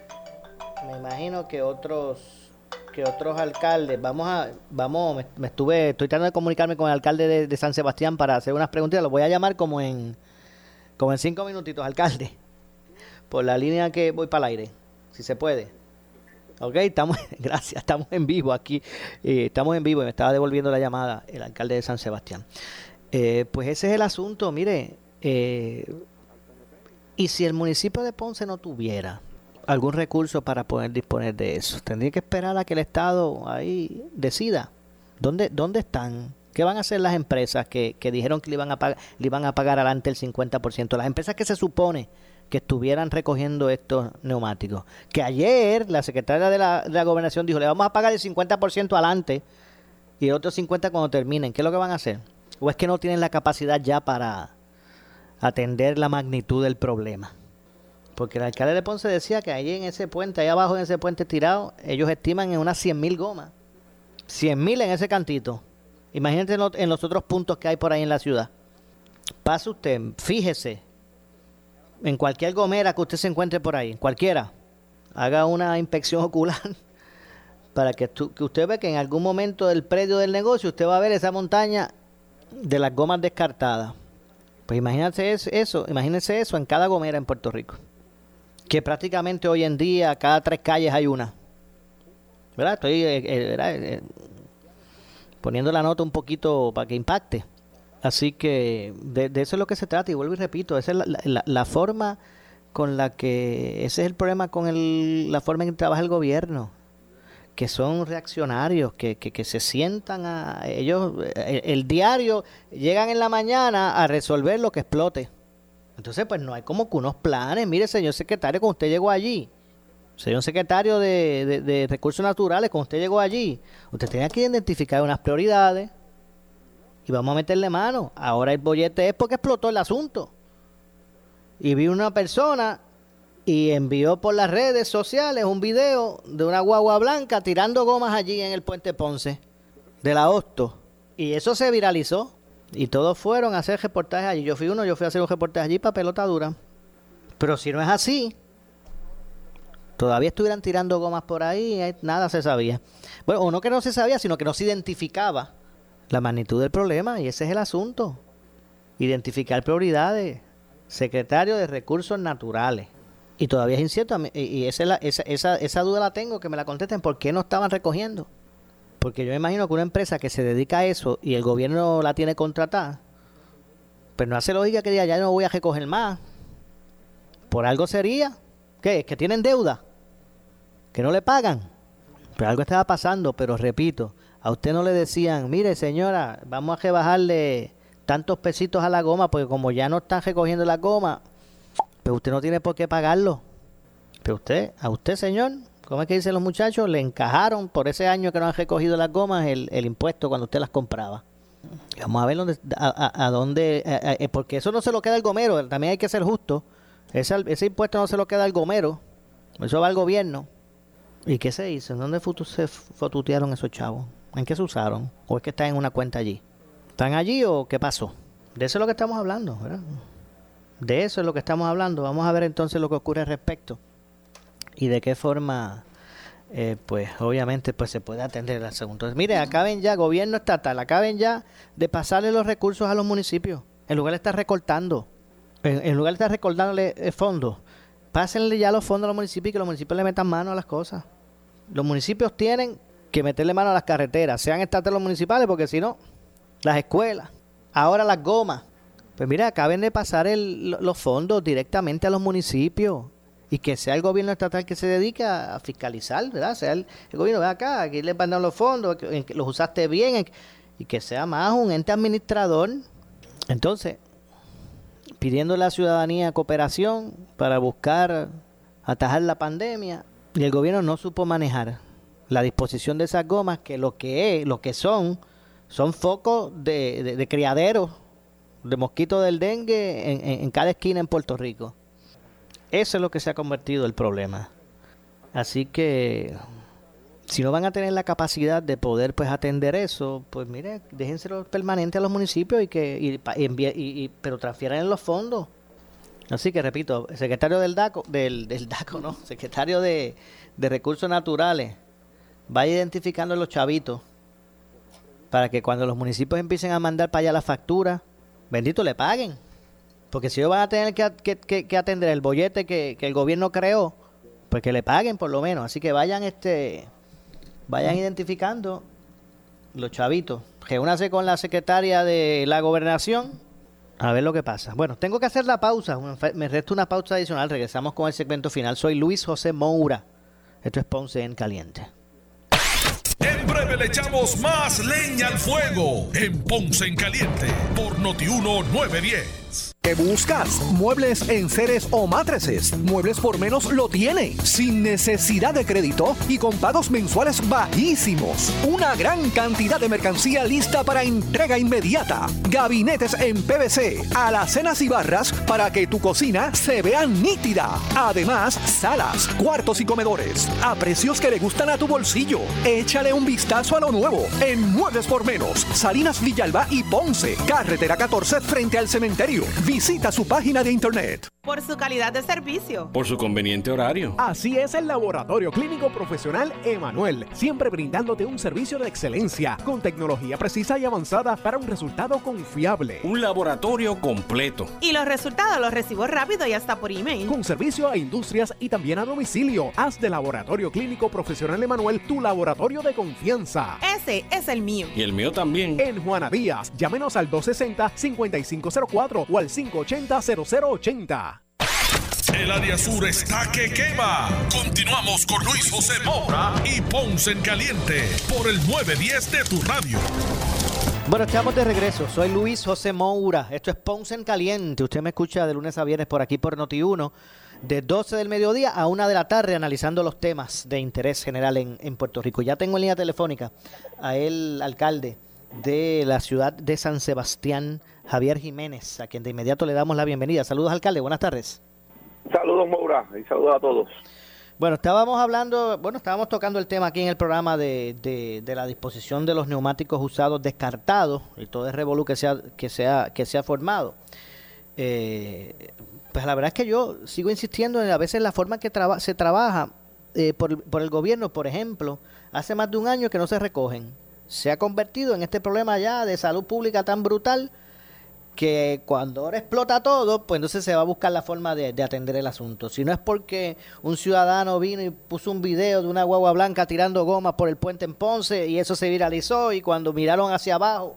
Me imagino que otros que otros alcaldes, vamos a, vamos, me, me estuve, estoy tratando de comunicarme con el alcalde de, de San Sebastián para hacer unas preguntas, lo voy a llamar como en como en cinco minutitos, alcalde, por la línea que voy para el aire, si se puede. Ok, estamos, gracias, estamos en vivo aquí, eh, estamos en vivo y me estaba devolviendo la llamada el alcalde de San Sebastián. Eh, pues ese es el asunto, mire, eh, y si el municipio de Ponce no tuviera algún recurso para poder disponer de eso, tendría que esperar a que el Estado ahí decida dónde dónde están, qué van a hacer las empresas que, que dijeron que le iban a pagar, le iban a pagar adelante el cincuenta por ciento, las empresas que se supone que estuvieran recogiendo estos neumáticos, que ayer la secretaria de la, de la Gobernación dijo, le vamos a pagar el cincuenta por ciento adelante y el otro cincuenta por ciento cuando terminen. ¿Qué es lo que van a hacer? ¿O es que no tienen la capacidad ya para atender la magnitud del problema? Porque el alcalde de Ponce decía que allí en ese puente, ahí abajo en ese puente tirado, ellos estiman en unas cien mil gomas. cien mil en ese cantito. Imagínense en, lo, en los otros puntos que hay por ahí en la ciudad. Pase usted, fíjese, en cualquier gomera que usted se encuentre por ahí, cualquiera, haga una inspección ocular para que, tu, que usted vea que en algún momento del predio del negocio usted va a ver esa montaña de las gomas descartadas. Pues imagínense eso, eso, imagínense eso en cada gomera en Puerto Rico, que prácticamente hoy en día cada tres calles hay una. ¿Verdad? Estoy eh, eh, ¿verdad? Eh, poniendo la nota un poquito para que impacte. Así que de, de eso es lo que se trata, y vuelvo y repito, esa es la, la, la forma con la que, ese es el problema con el, la forma en que trabaja el gobierno, que son reaccionarios, que, que, que se sientan a ellos, el, el diario, llegan en la mañana a resolver lo que explote, Entonces, pues no hay como que unos planes. Mire, señor secretario, cuando usted llegó allí, señor secretario de, de, de Recursos Naturales, cuando usted llegó allí, usted tenía que identificar unas prioridades y vamos a meterle mano. Ahora el bollete es porque explotó el asunto. Y vi una persona y envió por las redes sociales un video de una guagua blanca tirando gomas allí en el puente Ponce de la Hosto. Y eso se viralizó. Y todos fueron a hacer reportajes allí. Yo fui uno, yo fui a hacer un reportaje allí para Pelota Dura. Pero si no es así, todavía estuvieran tirando gomas por ahí, nada se sabía. Bueno, o no que no se sabía, sino que no se identificaba la magnitud del problema. Y ese es el asunto. Identificar prioridades. Secretario de Recursos Naturales. Y todavía es incierto. Y esa, es la, esa, esa, esa duda la tengo, que me la contesten. ¿Por qué no estaban recogiendo? Porque yo me imagino que una empresa que se dedica a eso y el gobierno la tiene contratada, pues no hace lógica que diga, ya no voy a recoger más. Por algo sería. ¿Qué? ¿Que tienen deuda? ¿Que no le pagan? Pero algo estaba pasando, pero repito, a usted no le decían, mire señora, vamos a rebajarle tantos pesitos a la goma, porque como ya no están recogiendo la goma, pues usted no tiene por qué pagarlo. Pero usted, a usted señor, ¿cómo es que dicen los muchachos? Le encajaron por ese año que no han recogido las gomas el, el impuesto cuando usted las compraba. Vamos a ver dónde, a, a, a dónde, a, a, porque eso no se lo queda al gomero, también hay que ser justo. Ese, ese impuesto no se lo queda al gomero, eso va al gobierno. ¿Y qué se hizo? ¿En dónde futu, se fotutearon esos chavos? ¿En qué se usaron? ¿O es que están en una cuenta allí? ¿Están allí o qué pasó? De eso es lo que estamos hablando, ¿verdad? De eso es lo que estamos hablando. Vamos a ver entonces lo que ocurre al respecto y de qué forma, eh, pues obviamente pues se puede atender el asunto. Entonces, mire, acaben ya, gobierno estatal, acaben ya de pasarle los recursos a los municipios. En lugar de estar recortando, en, en lugar de estar recordándole eh, fondos, pásenle ya los fondos a los municipios y que los municipios le metan mano a las cosas. Los municipios tienen que meterle mano a las carreteras, sean estatales los municipales, porque si no, las escuelas, ahora las gomas. Pues mira, acaben de pasar el, los fondos directamente a los municipios y que sea el gobierno estatal que se dedique a, a fiscalizar, ¿verdad? Sea el, el gobierno, ve acá, aquí les mandan los fondos, que, que los usaste bien, en, y que sea más un ente administrador. Entonces, pidiendo a la ciudadanía cooperación para buscar atajar la pandemia, y el gobierno no supo manejar la disposición de esas gomas, que lo que es, lo que son, son focos de, de, de criaderos de mosquitos del dengue en, en, en cada esquina en Puerto Rico. Eso es lo que se ha convertido el problema. Así que si no van a tener la capacidad de poder pues atender eso, pues mire, déjenselo permanente a los municipios y que y, y, y, y, pero transfieran los fondos. Así que repito, el secretario del DACO, del, del DACO, no, secretario de, de Recursos Naturales, vaya identificando los chavitos para que cuando los municipios empiecen a mandar para allá la factura, bendito, le paguen. Porque si ellos van a tener que, que, que, que atender el bollete que, que el gobierno creó, pues que le paguen por lo menos. Así que vayan este vayan identificando los chavitos. Reúnase con la secretaria de la Gobernación a ver lo que pasa. Bueno, tengo que hacer la pausa. Me resta una pausa adicional. Regresamos con el segmento final. Soy Luis José Moura. Esto es Ponce en Caliente. En breve le echamos más leña al fuego en Ponce en Caliente por Noti uno nueve diez. ¿Qué buscas? ¿Muebles, enseres o matrices? Muebles por Menos lo tiene, sin necesidad de crédito y con pagos mensuales bajísimos. Una gran cantidad de mercancía lista para entrega inmediata. Gabinetes en P V C, alacenas y barras para que tu cocina se vea nítida. Además, salas, cuartos y comedores a precios que le gustan a tu bolsillo. Échale un vistazo a lo nuevo en Muebles por Menos, Salinas, Villalba y Ponce, carretera catorce frente al cementerio. Visita su página de internet. Por su calidad de servicio. Por su conveniente horario. Así es el Laboratorio Clínico Profesional Emanuel, siempre brindándote un servicio de excelencia, con tecnología precisa y avanzada para un resultado confiable. Un laboratorio completo. Y los resultados los recibo rápido y hasta por email. Con servicio a industrias y también a domicilio. Haz de Laboratorio Clínico Profesional Emanuel tu laboratorio de confianza. Ese es el mío. Y el mío también. En Juana Díaz, llámenos al dos sesenta, cincuenta y cinco cero cuatro o al cinco ochenta, cero cero ochenta. El área sur está que quema. Continuamos con Luis José Moura y Ponce en Caliente por el nueve diez de tu radio. Bueno, estamos de regreso. Soy Luis José Moura. Esto es Ponce en Caliente. Usted me escucha de lunes a viernes por aquí por Noti uno, de doce del mediodía a una de la tarde, analizando los temas de interés general en, en Puerto Rico. Ya tengo en línea telefónica a el alcalde de la ciudad de San Sebastián, Javier Jiménez, a quien de inmediato le damos la bienvenida. Saludos, alcalde. Buenas tardes. Saludos, Moura, y saludos a todos. Bueno, estábamos hablando, bueno, estábamos tocando el tema aquí en el programa de, de, de la disposición de los neumáticos usados descartados y todo el revolú que se ha, que se ha, que se ha formado. Eh, pues la verdad es que yo sigo insistiendo en a veces la forma que traba, se trabaja eh, por, por el gobierno, por ejemplo, hace más de un año que no se recogen. Se ha convertido en este problema ya de salud pública tan brutal que cuando ahora explota todo, pues entonces se va a buscar la forma de, de atender el asunto. Si no es porque un ciudadano vino y puso un video de una guagua blanca tirando goma por el puente en Ponce y eso se viralizó y cuando miraron hacia abajo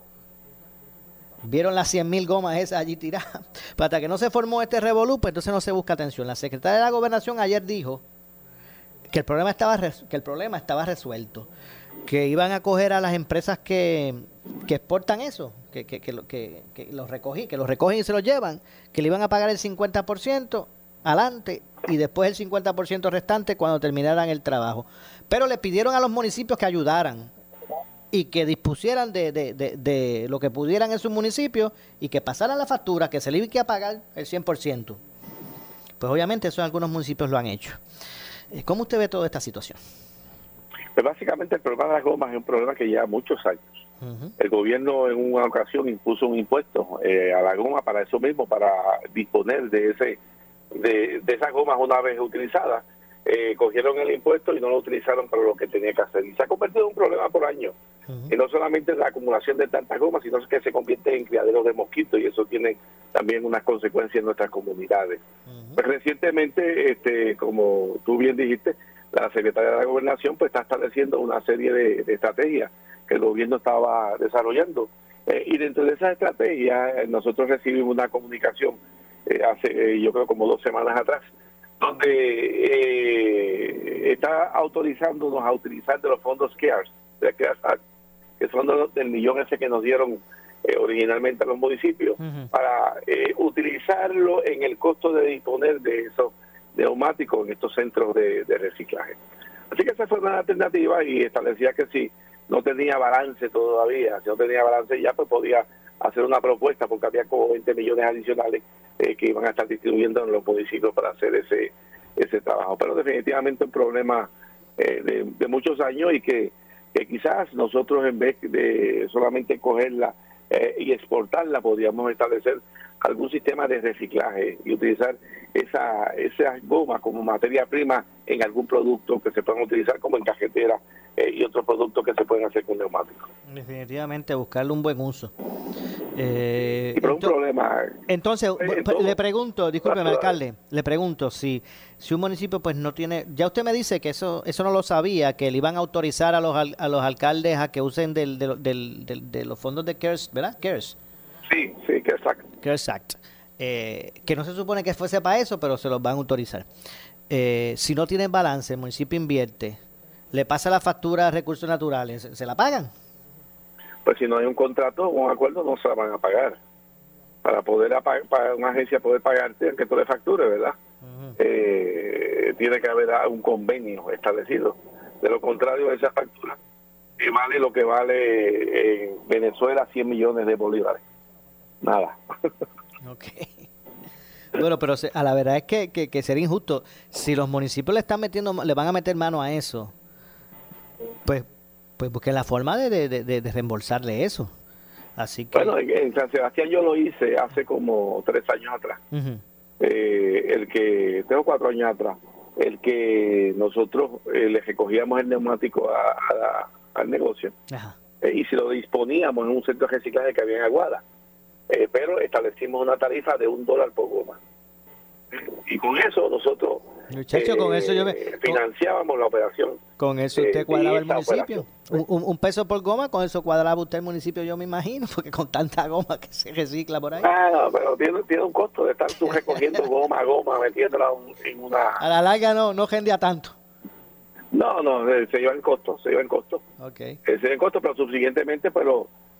vieron las cien mil gomas esas allí tiradas. Pero hasta que no se formó este revolú, pues entonces no se busca atención. La secretaria de la Gobernación ayer dijo que el problema estaba res- que el problema estaba resuelto, que iban a coger a las empresas que, que exportan eso, que, que, que, lo- que, que los recogí, que los recogen y se los llevan, que le iban a pagar el cincuenta por ciento adelante y después el cincuenta por ciento restante cuando terminaran el trabajo. Pero le pidieron a los municipios que ayudaran y que dispusieran de, de, de, de lo que pudieran en sus municipios y que pasaran la factura, que se le iba a pagar el cien por ciento. Pues obviamente eso en algunos municipios lo han hecho. Eh, ¿Cómo usted ve toda esta situación? Pues básicamente el problema de las gomas es un problema que lleva muchos años. Uh-huh. El gobierno en una ocasión impuso un impuesto eh, a la goma para eso mismo, para disponer de ese de, de esas gomas una vez utilizadas. Eh, cogieron el impuesto y no lo utilizaron para lo que tenía que hacer. Y se ha convertido en un problema por año. Uh-huh. Y no solamente la acumulación de tantas gomas, sino que se convierte en criaderos de mosquitos y eso tiene también unas consecuencias en nuestras comunidades. Uh-huh. Pues recientemente, este, como tú bien dijiste, la Secretaría de la Gobernación pues está estableciendo una serie de, de estrategias que el gobierno estaba desarrollando. Eh, y dentro de esas estrategias eh, nosotros recibimos una comunicación eh, hace eh, yo creo como dos semanas atrás, donde eh, está autorizándonos a utilizar de los fondos CARES, de CARES Act, que son de los, del millón ese que nos dieron eh, originalmente a los municipios, uh-huh. para eh, utilizarlo en el costo de disponer de esos neumáticos en estos centros de, de reciclaje. Así que esa fue una alternativa y establecía que si no tenía balance todavía, si no tenía balance ya, pues podía hacer una propuesta porque había como veinte millones adicionales eh, que iban a estar distribuyendo en los municipios para hacer ese ese trabajo. Pero definitivamente un problema eh, de, de muchos años y que, que quizás nosotros en vez de solamente cogerla eh, y exportarla, podríamos establecer algún sistema de reciclaje y utilizar esa esas gomas como materia prima en algún producto que se puedan utilizar como en cajetera eh, y otros productos que se pueden hacer con neumáticos. Definitivamente buscarle un buen uso. Eh, y pero un problema. Entonces, eh, todo, le pregunto, discúlpeme, alcalde, le pregunto si si un municipio pues no tiene, ya usted me dice que eso eso no lo sabía, que le iban a autorizar a los a los alcaldes a que usen del, del, del, del de los fondos de CARES, ¿verdad? CARES. Sí, sí, CARES Act. CARES Act. Eh, que no se supone que fuese para eso, pero se los van a autorizar. Eh, si no tienen balance, el municipio invierte, le pasa la factura a recursos naturales, ¿se, se la pagan? Pues si no hay un contrato o un acuerdo, no se la van a pagar. Para poder apag- para una agencia poder pagarte, aunque tú le factures, ¿verdad? Uh-huh. Eh, tiene que haber un convenio establecido. De lo contrario, esa factura que vale lo que vale en Venezuela cien millones de bolívares. Nada. Ok. Bueno, pero se, a la verdad es que, que, que sería injusto. Si los municipios le están metiendo, le van a meter mano a eso, pues pues busquen la forma de, de, de, de reembolsarle eso. Así que... Bueno, en San Sebastián yo lo hice hace como tres años atrás. Uh-huh. Eh, el que, tengo cuatro años atrás, el que nosotros eh, le recogíamos el neumático a, a la, al negocio. Ajá. Eh, y si lo disponíamos en un centro de reciclaje que había en Aguada. Eh, pero establecimos una tarifa de un dólar por goma. Y con eso nosotros Muchacho, eh, con eso yo me, financiábamos con, la operación. Con eso usted eh, cuadraba el operación. municipio. Un, un, un peso por goma, con eso cuadraba usted el municipio, yo me imagino, porque con tanta goma que se recicla por ahí. Ah, no, pero tiene, tiene un costo de estar tú recogiendo goma a goma, metiéndola en una... A la larga no, no rendía tanto. No, no, se lleva en costo, se lleva en costo. Okay. Se lleva en costo, pero subsiguientemente pues lo,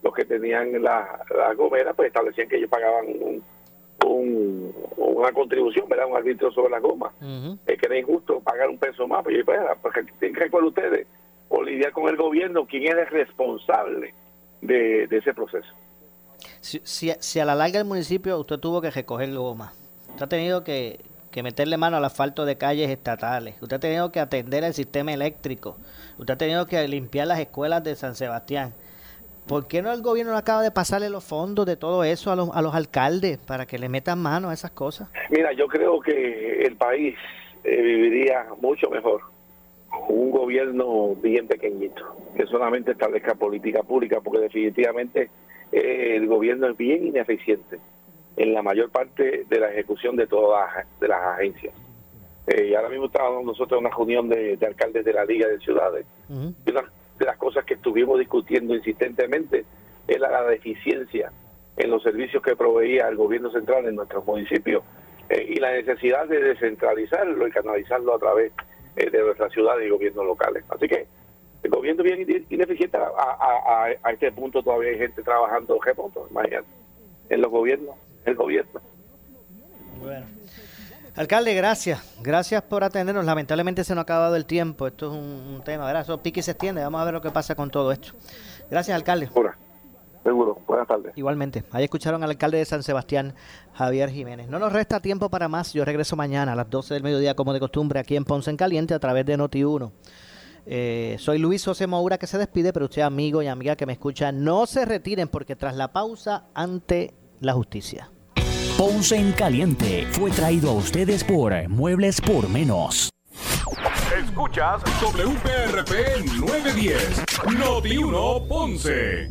los que tenían la, la gomera, pues establecían que ellos pagaban un, un, una contribución, ¿verdad? Un arbitrio sobre la goma. Uh-huh. Es que era injusto pagar un peso más, pues, pues, porque tienen que recordar ustedes, o lidiar con el gobierno, quién es el responsable de, de ese proceso. Si, si, si a la larga el municipio usted tuvo que recoger goma, usted ha tenido que, que meterle mano al asfalto de calles estatales, usted ha tenido que atender el sistema eléctrico, usted ha tenido que limpiar las escuelas de San Sebastián. ¿Por qué no el gobierno no acaba de pasarle los fondos de todo eso a los, a los alcaldes para que le metan mano a esas cosas? Mira, yo creo que el país eh, viviría mucho mejor con un gobierno bien pequeñito, que solamente establezca política pública, porque definitivamente eh, el gobierno es bien ineficiente en la mayor parte de la ejecución de todas de las agencias. Eh, y ahora mismo estábamos nosotros en una reunión de, de alcaldes de la Liga de Ciudades. Uh-huh. Y una de las cosas que estuvimos discutiendo insistentemente era la deficiencia en los servicios que proveía el gobierno central en nuestros municipios eh, y la necesidad de descentralizarlo y canalizarlo a través eh, de nuestras ciudades y gobiernos locales. Así que el gobierno es bien ineficiente. A, a, a, a este punto todavía hay gente trabajando remoto, imagínate, en los gobiernos, el gobierno. Bueno. Alcalde, gracias. Gracias por atendernos. Lamentablemente se nos ha acabado el tiempo. Esto es un, un tema, ¿verdad? Eso pique y se extiende. Vamos a ver lo que pasa con todo esto. Gracias, alcalde. Seguro. Seguro. Buenas tardes. Igualmente. Ahí escucharon al alcalde de San Sebastián, Javier Jiménez. No nos resta tiempo para más. Yo regreso mañana a las doce del mediodía, como de costumbre, aquí en Ponce en Caliente, a través de Noti uno. Eh, soy Luis José Moura, que se despide, pero usted, amigo y amiga que me escucha, no se retiren, porque tras la pausa, ante la justicia. Ponce en Caliente fue traído a ustedes por Muebles por Menos. Escuchas W P R P nueve diez, Noti uno Ponce.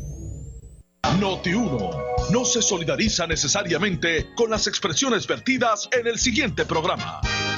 Noti uno no se solidariza necesariamente con las expresiones vertidas en el siguiente programa.